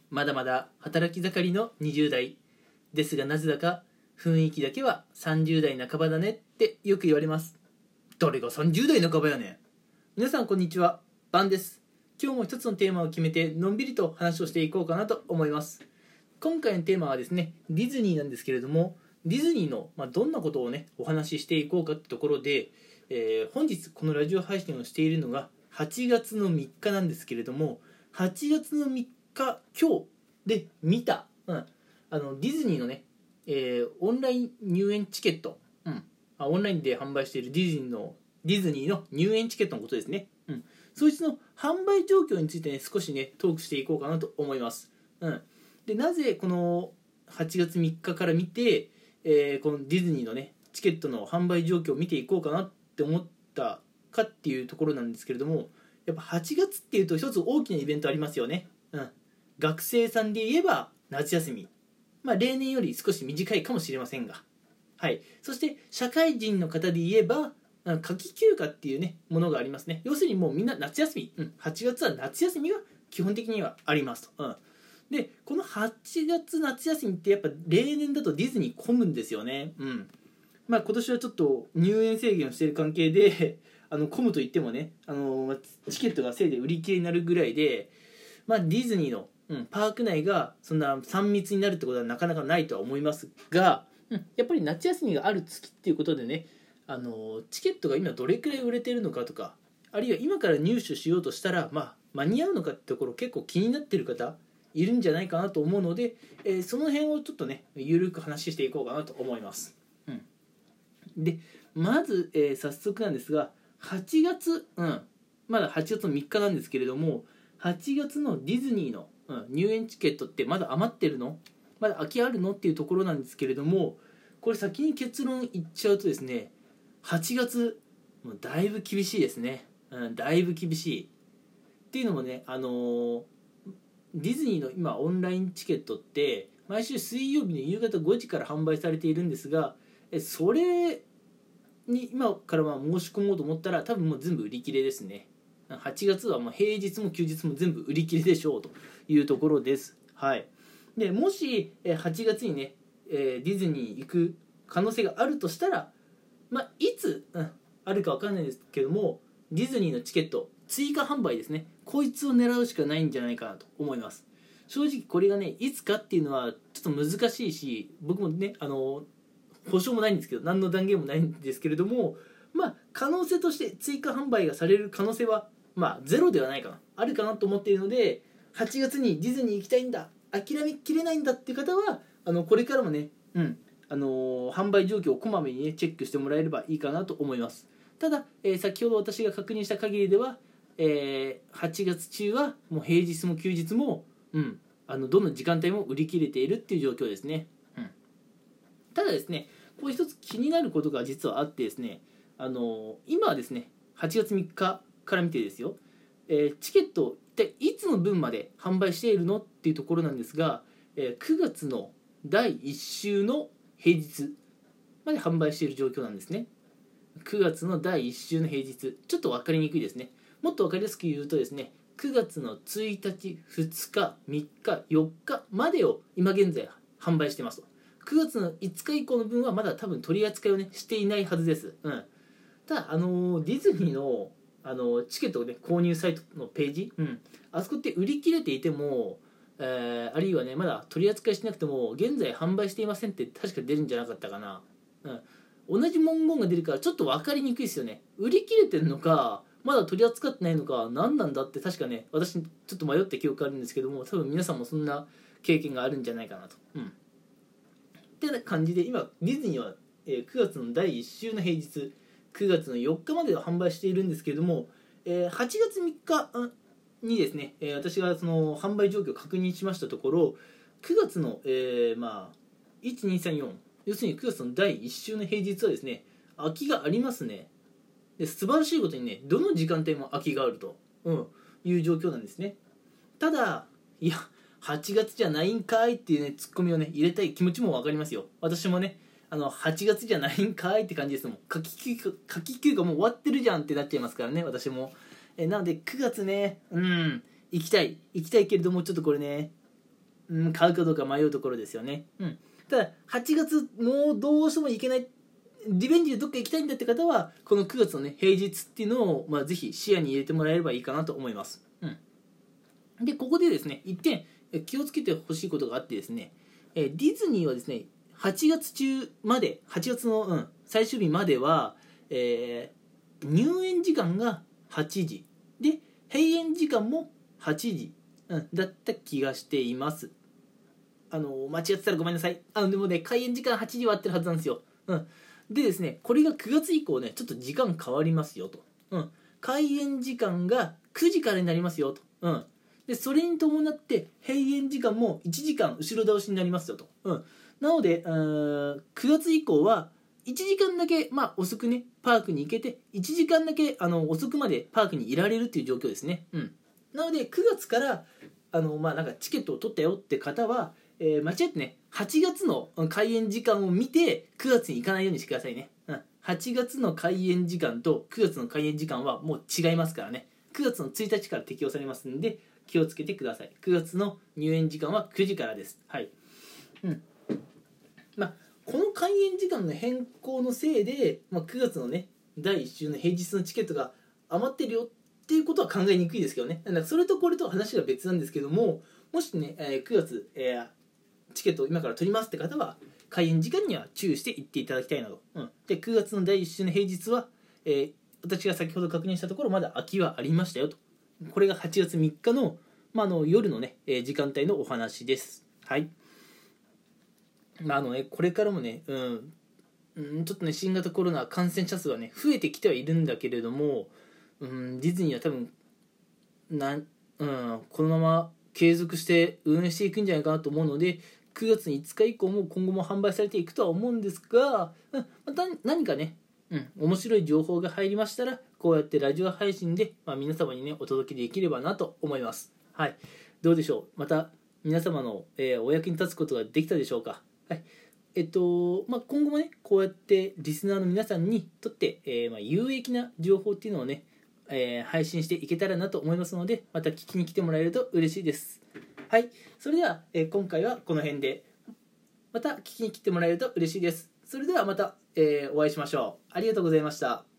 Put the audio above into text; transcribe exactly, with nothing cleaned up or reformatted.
まだまだ働き盛りのにじゅう代ですが、なぜだか雰囲気だけはさんじゅう代半ばだねってよく言われます。誰がさんじゅう代半ばやねん。皆さんこんにちは、バンです。今日も一つのテーマを決めてのんびりと話をしていこうかなと思います。今回のテーマはですね、ディズニーなんですけれども、ディズニーの、まあ、どんなことをねお話ししていこうかってところで、えー、本日このラジオ配信をしているのがはちがつのみっかなんですけれども、はちがつのみっか今日で見た、うん、あのディズニーのね、えー、オンライン入園チケット、うん、あオンラインで販売しているディズニーのディズニーの入園チケットのことですね、うん、そいつの販売状況についてね少しねトークしていこうかなと思います、うん、でなぜこのはちがつみっかから見て、えー、このディズニーのねチケットの販売状況を見ていこうかなって思ったかっていうところなんですけれども、やっぱはちがつっていうと一つ大きなイベントありますよね、うん、学生さんで言えば夏休み、まあ例年より少し短いかもしれませんが、はい、そして社会人の方で言えば夏季休暇っていうねものがありますね。要するにもうみんな夏休み、うん、はちがつは夏休みが基本的にはありますと、うん、でこのはちがつ夏休みってやっぱ例年だとディズニー混むんですよね、うんまあ、今年はちょっと入園制限をしている関係であの混むといってもねあのチケットがせいで売り切れになるぐらいで、まあ、ディズニーの、うん、パーク内がそんなさん密になるってことはなかなかないとは思いますが、うん、やっぱり夏休みがある月っていうことでねあのチケットが今どれくらい売れてるのかとか、あるいは今から入手しようとしたら、まあ、間に合うのかってところ結構気になってる方いるんじゃないかなと思うので、えー、その辺をちょっとねゆるく話していこうかなと思います、うん、でまず、えー、早速なんですがはちがつ、うん、まだはちがつのみっかなんですけれども、はちがつのディズニーの、うん、入園チケットってまだ余ってるの？まだ空きあるのっていうところなんですけれども、これ先に結論言っちゃうとですね、はちがつもうだいぶ厳しいですね、うん、だいぶ厳しいっていうのもね、あのー、ディズニーの今オンラインチケットって毎週水曜日の夕方ごじから販売されているんですが、それに今からまあ申し込もうと思ったら多分もう全部売り切れですね。はちがつはもう平日も休日も全部売り切れでしょうというところです。はい、でもしはちがつにねディズニー行く可能性があるとしたら、まあ、いつ、うん、あるか分かんないですけども、ディズニーのチケット追加販売ですね、こいつを狙うしかないんじゃないかなと思います。正直これがねいつかっていうのはちょっと難しいし、僕もねあの保証もないんですけど何の断言もないんですけれども、まあ可能性として追加販売がされる可能性はまあゼロではないかな、あるかなと思っているので、はちがつにディズニー行きたいんだ、諦めきれないんだっていう方はあのこれからもね、うんあのー、販売状況をこまめに、ね、チェックしてもらえればいいかなと思います。ただ、えー、先ほど私が確認した限りでは、えー、はちがつ中はもう平日も休日も、うん、あのどの時間帯も売り切れているっていう状況ですね、うん、ただですねこう一つ気になることが実はあってですね、あの今はですねはちがつみっかから見てですよ、えー、チケット一体いつの分まで販売しているのっていうところなんですが、えー、くがつのだいいっ週の平日まで販売している状況なんですね。くがつのだいいっ週の平日、ちょっと分かりにくいですね。もっと分かりやすく言うとですね、くがつのついたち、ふつか、みっか、よっかまでを今現在販売してますと。くがつのいつか以降の分はまだ多分取り扱いをねしていないはずです、うん、ただあのー、ディズニーの、あのー、チケットをね購入サイトのページ、うん、あそこって売り切れていても、えー、あるいはねまだ取り扱いしなくても現在販売していませんって確か出るんじゃなかったかな、うん、同じ文言が出るからちょっと分かりにくいですよね。売り切れてるのかまだ取り扱ってないのか何なんだって確かね私ちょっと迷った記憶あるんですけども、多分皆さんもそんな経験があるんじゃないかなと、うんってな感じで今ディズニーはくがつのだいいっ週の平日くがつのよっかまでは販売しているんですけれども、はちがつみっかにですね私がその販売状況を確認しましたところ、くがつの、えー、まあいちにさんよん要するにくがつのだいいっ週の平日はですね空きがありますね。で素晴らしいことにねどの時間帯も空きがあると、うん、いう状況なんですね。ただいやはちがつじゃないんかいっていうねツッコミをね入れたい気持ちも分かりますよ。私もねあのはちがつじゃないんかいって感じですもん。夏季休暇夏季休暇もう終わってるじゃんってなっちゃいますからね私も。えなのでくがつねうん行きたい行きたいけれどもちょっとこれねうん、買うかどうか迷うところですよね。うん、ただはちがつもうどうしても行けない、リベンジでどっか行きたいんだって方はこのくがつのね平日っていうのを、まあ、ぜひ視野に入れてもらえればいいかなと思います。うん、でここでですね一点気をつけてほしいことがあってですね、えディズニーはですねはちがつ中まではちがつの、うん、最終日までは、えー、入園時間がはちじで閉園時間もはちじ、うん、だった気がしています。あの間違ってたらごめんなさい。あのでもね開園時間はちじは合ってるはずなんですよ。うん、でですねこれがくがつ以降ねちょっと時間変わりますよと、うん、開園時間がくじからになりますよと、うん、でそれに伴って閉園時間もいちじかん後ろ倒しになりますよと、うん、なのでくがつ以降はいちじかんだけ、まあ、遅くねパークに行けていちじかんだけあの遅くまでパークにいられるっていう状況ですね。うん、なのでくがつからあの、まあ、なんかチケットを取ったよって方は、えー、間違ってねはちがつの開園時間を見てくがつに行かないようにしてくださいね。うん、はちがつの開園時間とくがつの開園時間はもう違いますからね。くがつのついたちから適用されますんで気をつけてください。くがつの入園時間はくじからです。はい。うん。まあこの開園時間の変更のせいで、まあ、くがつのねだいいっ週の平日のチケットが余ってるよっていうことは考えにくいですけどね。だからそれとこれと話が別なんですけども、もしね、えー、くがつ、えー、チケットを今から取りますって方は開園時間には注意して行っていただきたいなと。うん、でくがつのだいいっ週の平日は、えー、私が先ほど確認したところまだ空きはありましたよと。これがはちがつみっかの、まあ、あの夜のね、えー、時間帯のお話です。はい。まああのね、これからもね、うんうん、ちょっとね新型コロナ感染者数はね増えてきてはいるんだけれども、うん、ディズニーは多分な、うん、このまま継続して運営していくんじゃないかなと思うのでくがついつか以降も今後も販売されていくとは思うんですが、うん、また何かね、うん、面白い情報が入りましたらこうやってラジオ配信で、まあ、皆様にねお届けできればなと思います。はい、どうでしょう。また皆様の、えー、お役に立つことができたでしょうか。はい、えっとまあ、今後もねこうやってリスナーの皆さんにとって、えーまあ、有益な情報っていうのをね、えー、配信していけたらなと思いますのでまた聞きに来てもらえると嬉しいです。はい、それでは、えー、今回はこの辺でまた聞きに来てもらえると嬉しいです。それではまた、えー、お会いしましょう。ありがとうございました。